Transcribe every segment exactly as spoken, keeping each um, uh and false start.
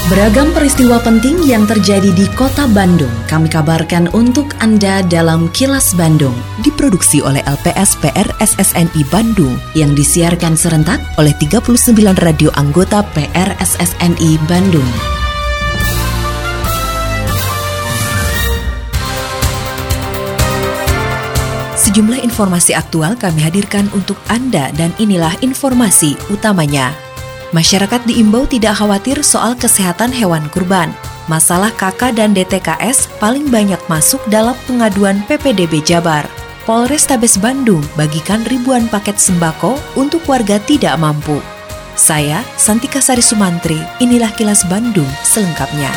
Beragam peristiwa penting yang terjadi di Kota Bandung kami kabarkan untuk Anda dalam Kilas Bandung. Diproduksi oleh L P S P R S S N I Bandung yang disiarkan serentak oleh tiga puluh sembilan radio anggota P R S S N I Bandung. Sejumlah informasi aktual kami hadirkan untuk Anda dan inilah informasi utamanya. Masyarakat diimbau tidak khawatir soal kesehatan hewan kurban. Masalah K K dan D T K S paling banyak masuk dalam pengaduan P P D B Jabar. Polrestabes Bandung bagikan ribuan paket sembako untuk warga tidak mampu. Saya, Santika Sari Sumantri, inilah Kilas Bandung selengkapnya.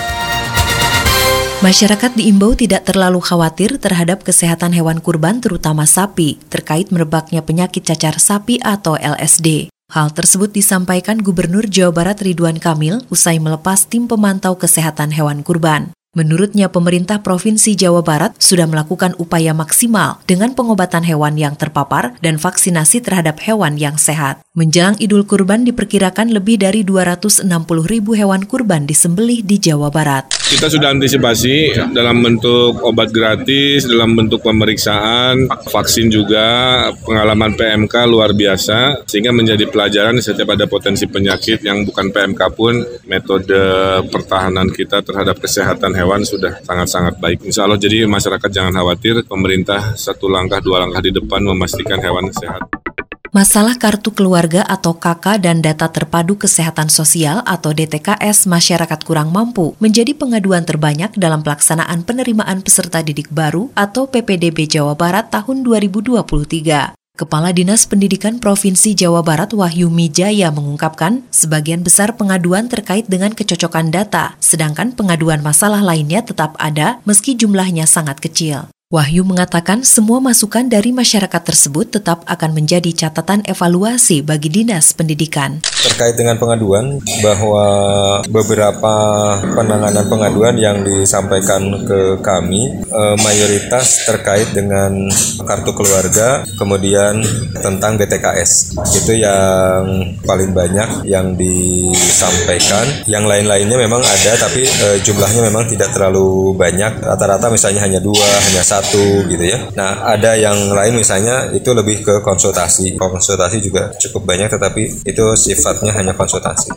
Masyarakat diimbau tidak terlalu khawatir terhadap kesehatan hewan kurban terutama sapi terkait merebaknya penyakit cacar sapi atau L S D. Hal tersebut disampaikan Gubernur Jawa Barat Ridwan Kamil usai melepas tim pemantau kesehatan hewan kurban. Menurutnya pemerintah Provinsi Jawa Barat sudah melakukan upaya maksimal dengan pengobatan hewan yang terpapar dan vaksinasi terhadap hewan yang sehat. Menjelang Idul Kurban diperkirakan lebih dari dua ratus enam puluh ribu hewan kurban disembelih di Jawa Barat. Kita sudah antisipasi dalam bentuk obat gratis, dalam bentuk pemeriksaan, vaksin juga, pengalaman P M K luar biasa, sehingga menjadi pelajaran setiap ada potensi penyakit yang bukan P M K pun, metode pertahanan kita terhadap kesehatan hewan sudah sangat-sangat baik. Insya Allah, jadi masyarakat jangan khawatir, pemerintah satu langkah, dua langkah di depan memastikan hewan sehat. Masalah kartu keluarga atau K K dan data terpadu kesehatan sosial atau D T K S masyarakat kurang mampu menjadi pengaduan terbanyak dalam pelaksanaan penerimaan peserta didik baru atau P P D B Jawa Barat tahun dua ribu dua puluh tiga. Kepala Dinas Pendidikan Provinsi Jawa Barat Wahyu Mijaya mengungkapkan sebagian besar pengaduan terkait dengan kecocokan data, sedangkan pengaduan masalah lainnya tetap ada meski jumlahnya sangat kecil. Wahyu mengatakan semua masukan dari masyarakat tersebut tetap akan menjadi catatan evaluasi bagi Dinas Pendidikan. Terkait dengan pengaduan, bahwa beberapa penanganan pengaduan yang disampaikan ke kami, eh, mayoritas terkait dengan kartu keluarga, kemudian tentang D T K S. Itu yang paling banyak yang disampaikan. Yang lain-lainnya memang ada, tapi eh, jumlahnya memang tidak terlalu banyak. Rata-rata misalnya hanya dua, hanya satu. satu gitu ya. Nah, ada yang lain misalnya itu lebih ke konsultasi. Konsultasi juga cukup banyak, tetapi itu sifatnya hanya konsultasi.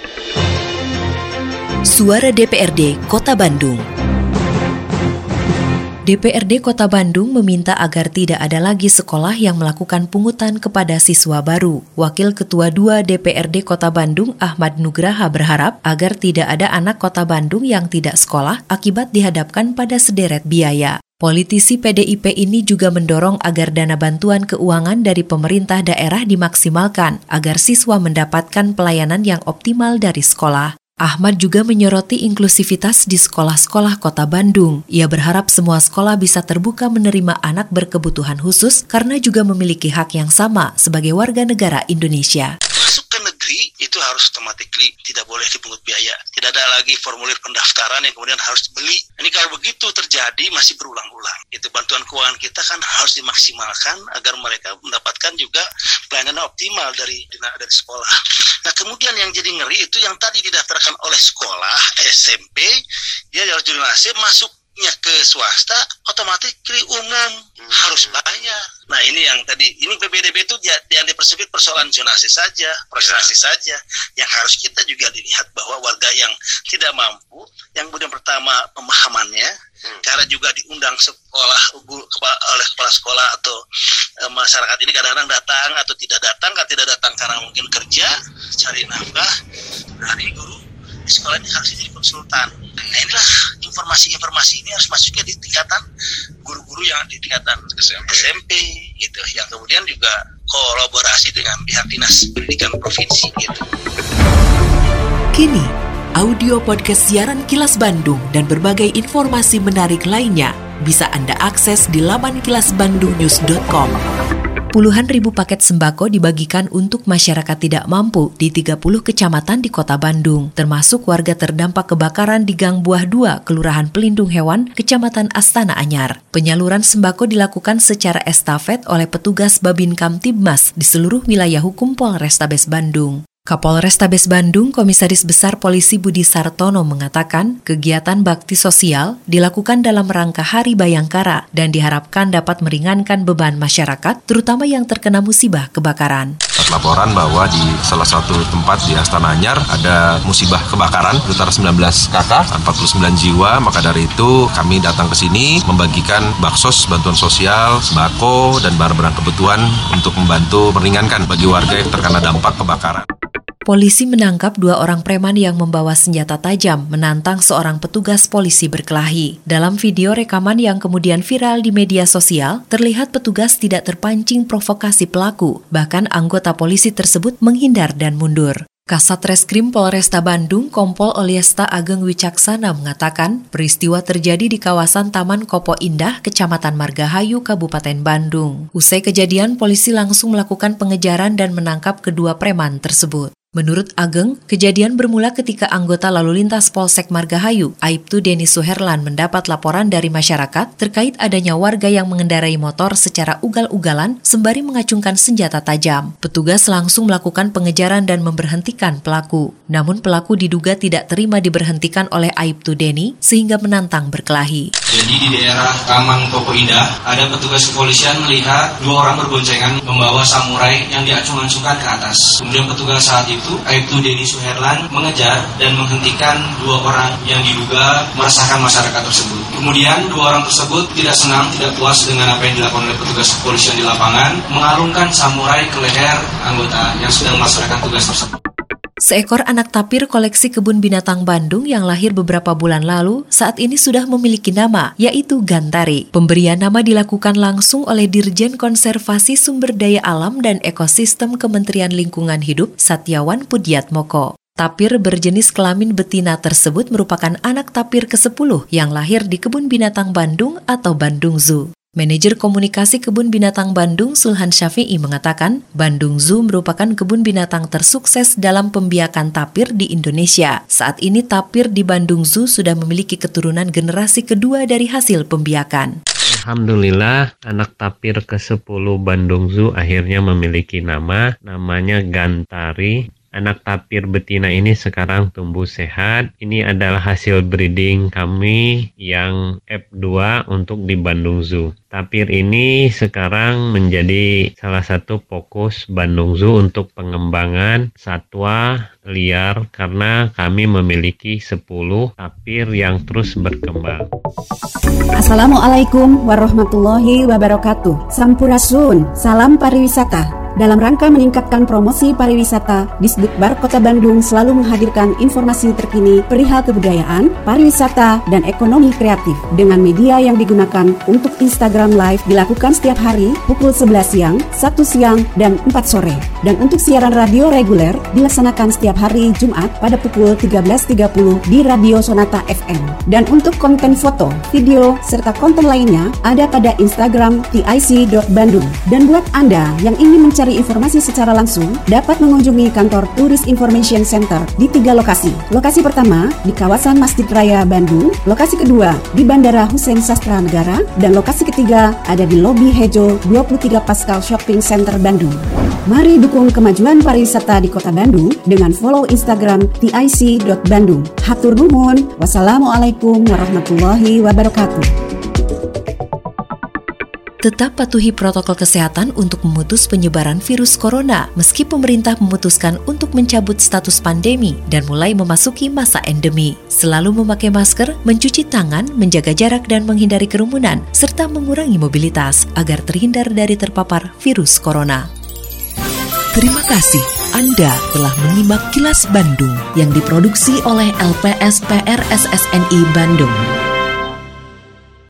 Suara D P R D Kota Bandung. D P R D Kota Bandung meminta agar tidak ada lagi sekolah yang melakukan pungutan kepada siswa baru. Wakil Ketua dua D P R D Kota Bandung, Ahmad Nugraha, berharap agar tidak ada anak Kota Bandung yang tidak sekolah akibat dihadapkan pada sederet biaya. Politisi P D I P ini juga mendorong agar dana bantuan keuangan dari pemerintah daerah dimaksimalkan agar siswa mendapatkan pelayanan yang optimal dari sekolah. Ahmad juga menyoroti inklusivitas di sekolah-sekolah Kota Bandung. Ia berharap semua sekolah bisa terbuka menerima anak berkebutuhan khusus karena juga memiliki hak yang sama sebagai warga negara Indonesia. Masuk ke negeri itu harus automatically tidak boleh dipungut biaya. Tidak ada lagi formulir pendaftaran yang kemudian harus dibeli. Ini kalau begitu terjadi masih berulang-ulang. Itu bantuan keuangan kita kan harus dimaksimalkan agar mereka mendapatkan juga pelayanan optimal dari dari sekolah. Nah, kemudian yang jadi ngeri itu yang tadi didaftarkan oleh sekolah S M P, dia harus jurnasi masuknya ke swasta, otomatis umum harus bayar. Nah, ini yang tadi, ini P P D B itu yang dipersempit persoalan zonasi saja, prestasi ya. saja. Yang harus kita juga dilihat bahwa warga yang tidak mampu, yang kemudian pertama pemahamannya, hmm. karena juga diundang sekolah oleh kepala sekolah atau e, masyarakat ini kadang-kadang datang atau tidak datang, kan tidak datang karena mungkin kerja, cari nafkah dari guru. Di sekolah ini harus jadi konsultan. Nah, inilah informasi-informasi ini harus masuknya di tingkatan guru-guru yang di tingkatan S M P gitu, yang kemudian juga kolaborasi dengan pihak Dinas Pendidikan Provinsi gitu. Kini, audio podcast siaran Kilas Bandung dan berbagai informasi menarik lainnya bisa Anda akses di laman kilas bandung news dot com. Puluhan ribu paket sembako dibagikan untuk masyarakat tidak mampu di tiga puluh kecamatan di Kota Bandung, termasuk warga terdampak kebakaran di Gang Buah dua, Kelurahan Pelindung Hewan, Kecamatan Astana Anyar. Penyaluran sembako dilakukan secara estafet oleh petugas Babin Kamtibmas di seluruh wilayah hukum Polrestabes Bandung. Kapolrestabes Bandung, Komisaris Besar Polisi Budi Sartono mengatakan kegiatan bakti sosial dilakukan dalam rangka Hari Bayangkara dan diharapkan dapat meringankan beban masyarakat, terutama yang terkena musibah kebakaran. Laporan bahwa di salah satu tempat di Astana Anyar ada musibah kebakaran sekitar sembilan belas kakak, empat puluh sembilan jiwa. Maka dari itu kami datang ke sini membagikan baksos, bantuan sosial, sembako, dan barang-barang kebutuhan untuk membantu meringankan bagi warga yang terkena dampak kebakaran. Polisi menangkap dua orang preman yang membawa senjata tajam menantang seorang petugas polisi berkelahi. Dalam video rekaman yang kemudian viral di media sosial, terlihat petugas tidak terpancing provokasi pelaku. Bahkan anggota polisi tersebut menghindar dan mundur. Kasat Reskrim Polresta Bandung, Kompol Olyesta Ageng Wicaksana mengatakan peristiwa terjadi di kawasan Taman Kopo Indah, Kecamatan Margahayu, Kabupaten Bandung. Usai kejadian, polisi langsung melakukan pengejaran dan menangkap kedua preman tersebut. Menurut Ageng, kejadian bermula ketika anggota lalu lintas Polsek Margahayu, Aibtu Deni Suherlan, mendapat laporan dari masyarakat terkait adanya warga yang mengendarai motor secara ugal-ugalan sembari mengacungkan senjata tajam. Petugas langsung melakukan pengejaran dan memberhentikan pelaku. Namun pelaku diduga tidak terima diberhentikan oleh Aibtu Deni sehingga menantang berkelahi. Jadi di daerah Taman Kopo Indah, ada petugas kepolisian melihat dua orang berboncengan membawa samurai yang diacung-acungkan ke atas. Kemudian petugas saat itu Itu, Aibtu Deni Suherlan mengejar dan menghentikan dua orang yang diduga meresahkan masyarakat tersebut. Kemudian dua orang tersebut tidak senang, tidak puas dengan apa yang dilakukan oleh petugas kepolisian di lapangan, mengarungkan samurai ke leher anggota yang sedang melaksanakan tugas tersebut. Seekor anak tapir koleksi Kebun Binatang Bandung yang lahir beberapa bulan lalu saat ini sudah memiliki nama, yaitu Gantari. Pemberian nama dilakukan langsung oleh Dirjen Konservasi Sumber Daya Alam dan Ekosistem Kementerian Lingkungan Hidup, Satyawan Pudiatmoko. Tapir berjenis kelamin betina tersebut merupakan anak tapir kesepuluh yang lahir di Kebun Binatang Bandung atau Bandung Zoo. Manajer Komunikasi Kebun Binatang Bandung, Sulhan Syafi'i, mengatakan Bandung Zoo merupakan kebun binatang tersukses dalam pembiakan tapir di Indonesia. Saat ini tapir di Bandung Zoo sudah memiliki keturunan generasi kedua dari hasil pembiakan. Alhamdulillah, anak tapir kesepuluh Bandung Zoo akhirnya memiliki nama, namanya Gantari. Anak tapir betina ini sekarang tumbuh sehat. Ini adalah hasil breeding kami yang F dua untuk di Bandung Zoo. Tapir ini sekarang menjadi salah satu fokus Bandung Zoo untuk pengembangan satwa liar karena kami memiliki sepuluh tapir yang terus berkembang. Assalamualaikum warahmatullahi wabarakatuh. Sampurasun, salam pariwisata. Dalam rangka meningkatkan promosi pariwisata, Disdikbar Kota Bandung selalu menghadirkan informasi terkini perihal kebudayaan, pariwisata, dan ekonomi kreatif dengan media yang digunakan untuk Instagram Live dilakukan setiap hari pukul sebelas siang, satu siang, dan empat sore. Dan untuk siaran radio reguler dilaksanakan setiap hari Jumat pada pukul tiga belas tiga puluh di Radio Sonata F M. Dan untuk konten foto, video, serta konten lainnya ada pada Instagram T I C dot bandung. Dan buat Anda yang ingin mencari Mencari informasi secara langsung, dapat mengunjungi kantor Tourist Information Center di tiga lokasi. Lokasi pertama di kawasan Masjid Raya Bandung, lokasi kedua di Bandara Hussein Sastra Negara, dan lokasi ketiga ada di Lobi Hejo dua puluh tiga Pascal Shopping Center Bandung. Mari dukung kemajuan pariwisata di Kota Bandung dengan follow Instagram T I C dot bandung. Hatur nuhun. Wassalamualaikum warahmatullahi wabarakatuh. Tetap patuhi protokol kesehatan untuk memutus penyebaran virus corona, meski pemerintah memutuskan untuk mencabut status pandemi dan mulai memasuki masa endemi. Selalu memakai masker, mencuci tangan, menjaga jarak dan menghindari kerumunan, serta mengurangi mobilitas agar terhindar dari terpapar virus corona. Terima kasih Anda telah menyimak Kilas Bandung yang diproduksi oleh L P S P R S S N I Bandung.